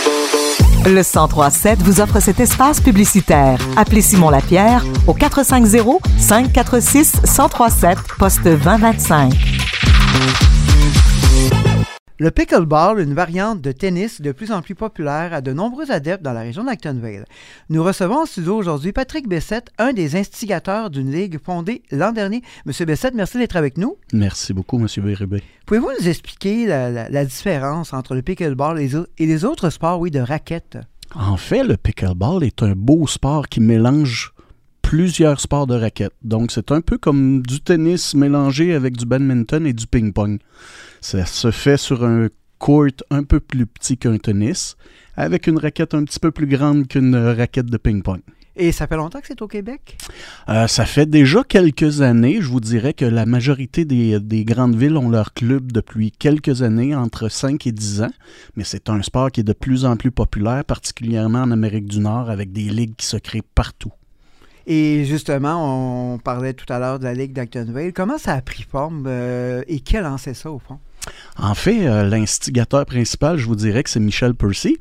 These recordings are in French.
Le 103.7 vous offre cet espace publicitaire. Appelez Simon Lapierre au 450-546-1037, poste 2025. Le pickleball, une variante de tennis de plus en plus populaire, a de nombreux adeptes dans la région d'Actonville. Nous recevons en studio aujourd'hui Patrick Bessette, un des instigateurs d'une ligue fondée l'an dernier. Monsieur Bessette, merci d'être avec nous. Merci beaucoup, Monsieur Bérubé. Pouvez-vous nous expliquer la différence entre le pickleball et les autres sports, de raquettes? En fait, le pickleball est un beau sport qui mélange plusieurs sports de raquettes. Donc, c'est un peu comme du tennis mélangé avec du badminton et du ping-pong. Ça se fait sur un court un peu plus petit qu'un tennis, avec une raquette un petit peu plus grande qu'une raquette de ping-pong. Et ça fait longtemps que c'est au Québec? Ça fait déjà quelques années. Je vous dirais que la majorité des grandes villes ont leur club depuis quelques années, entre 5 et 10 ans. Mais c'est un sport qui est de plus en plus populaire, particulièrement en Amérique du Nord, avec des ligues qui se créent partout. Et justement, on parlait tout à l'heure de la Ligue d'Actonville. Comment ça a pris forme et qui a lancé ça, au fond? En fait, l'instigateur principal, je vous dirais que c'est Michel Percy,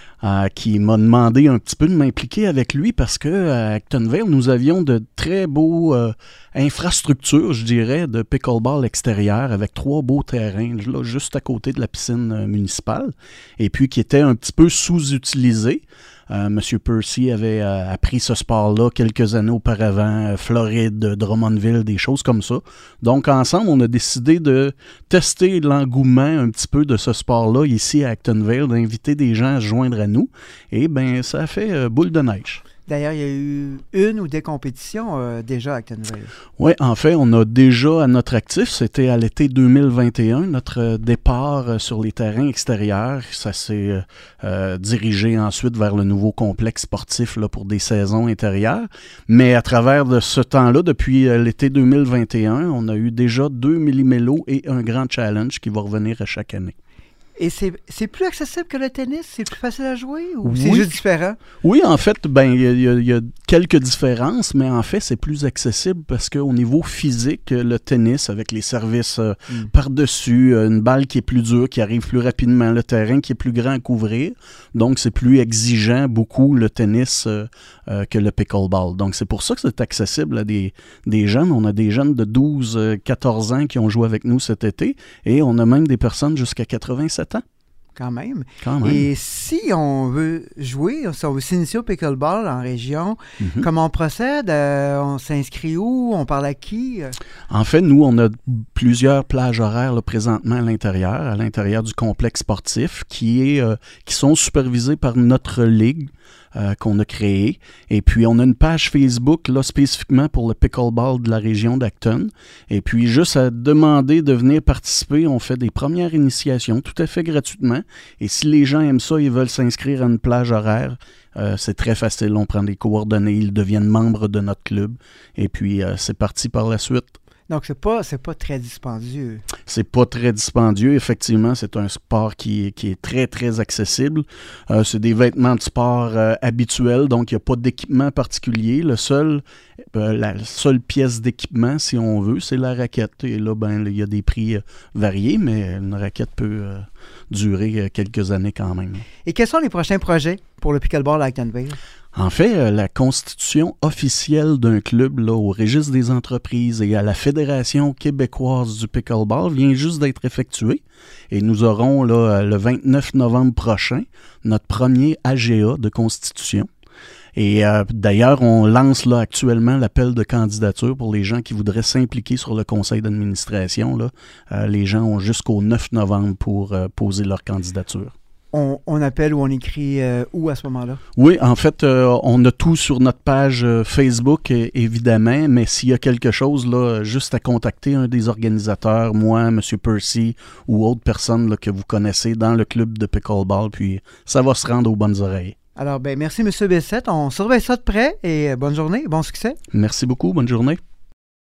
qui m'a demandé un petit peu de m'impliquer avec lui parce qu'à Actonville, nous avions de très beaux infrastructures, je dirais, de pickleball extérieur avec 3 beaux terrains, là, juste à côté de la piscine municipale, et puis qui étaient un petit peu sous-utilisés. Monsieur Percy avait appris ce sport-là quelques années auparavant, Floride, Drummondville, des choses comme ça. Donc, ensemble, on a décidé de tester l'engouement un petit peu de ce sport-là ici à Actonville, d'inviter des gens à se joindre à nous. Et bien, ça a fait boule de neige. D'ailleurs, il y a eu une ou des compétitions déjà à Actonville. Oui, en fait, on a déjà à notre actif, c'était à l'été 2021, notre départ sur les terrains extérieurs. Ça s'est dirigé ensuite vers le nouveau complexe sportif là, pour des saisons intérieures. Mais à travers de ce temps-là, depuis l'été 2021, on a eu déjà 2 millimélos et un grand challenge qui va revenir à chaque année. Et c'est plus accessible que le tennis? C'est plus facile à jouer ou oui. C'est juste différent? Oui, en fait, il y a quelques différences, mais en fait, c'est plus accessible parce qu'au niveau physique, le tennis, avec les services par-dessus, une balle qui est plus dure, qui arrive plus rapidement, le terrain qui est plus grand à couvrir, donc c'est plus exigeant beaucoup le tennis que le pickleball. Donc c'est pour ça que c'est accessible à des jeunes. On a des jeunes de 12-14 ans qui ont joué avec nous cet été et on a même des personnes jusqu'à 87 ans. Quand même. Quand même. Et si on veut jouer, si on veut s'initier au pickleball en région, comment on procède? On s'inscrit où? On parle à qui? En fait, nous, on a plusieurs plages horaires là, présentement à l'intérieur du complexe sportif qui sont supervisées par notre ligue qu'on a créée. Et puis, on a une page Facebook là, spécifiquement pour le pickleball de la région d'Acton. Et puis, juste à demander de venir participer, on fait des premières initiations tout à fait gratuitement. Et si les gens aiment ça, ils veulent s'inscrire à une plage horaire, c'est très facile. On prend des coordonnées, ils deviennent membres de notre club. Et puis, c'est parti par la suite. Donc, c'est pas très dispendieux. C'est pas très dispendieux. Effectivement, c'est un sport qui est très, très accessible. C'est des vêtements de sport habituels, donc il n'y a pas d'équipement particulier. La seule pièce d'équipement, si on veut, c'est la raquette. Et là, il y a des prix variés, mais une raquette peut durer quelques années quand même. Et quels sont les prochains projets pour le pickleball à Actonville? En fait, la constitution officielle d'un club là, au registre des entreprises et à la Fédération québécoise du pickleball vient juste d'être effectuée. Et nous aurons là, le 29 novembre prochain notre premier AGA de constitution. Et d'ailleurs, on lance là actuellement l'appel de candidature pour les gens qui voudraient s'impliquer sur le conseil d'administration. Là. Les gens ont jusqu'au 9 novembre pour poser leur candidature. On appelle ou on écrit où à ce moment-là? Oui, en fait, on a tout sur notre page Facebook, évidemment, mais s'il y a quelque chose, là, juste à contacter un des organisateurs, moi, M. Percy ou autre personne là, que vous connaissez dans le club de pickleball, puis ça va se rendre aux bonnes oreilles. Alors, merci M. Bessette. On surveille ça de près et bonne journée, bon succès. Merci beaucoup, bonne journée.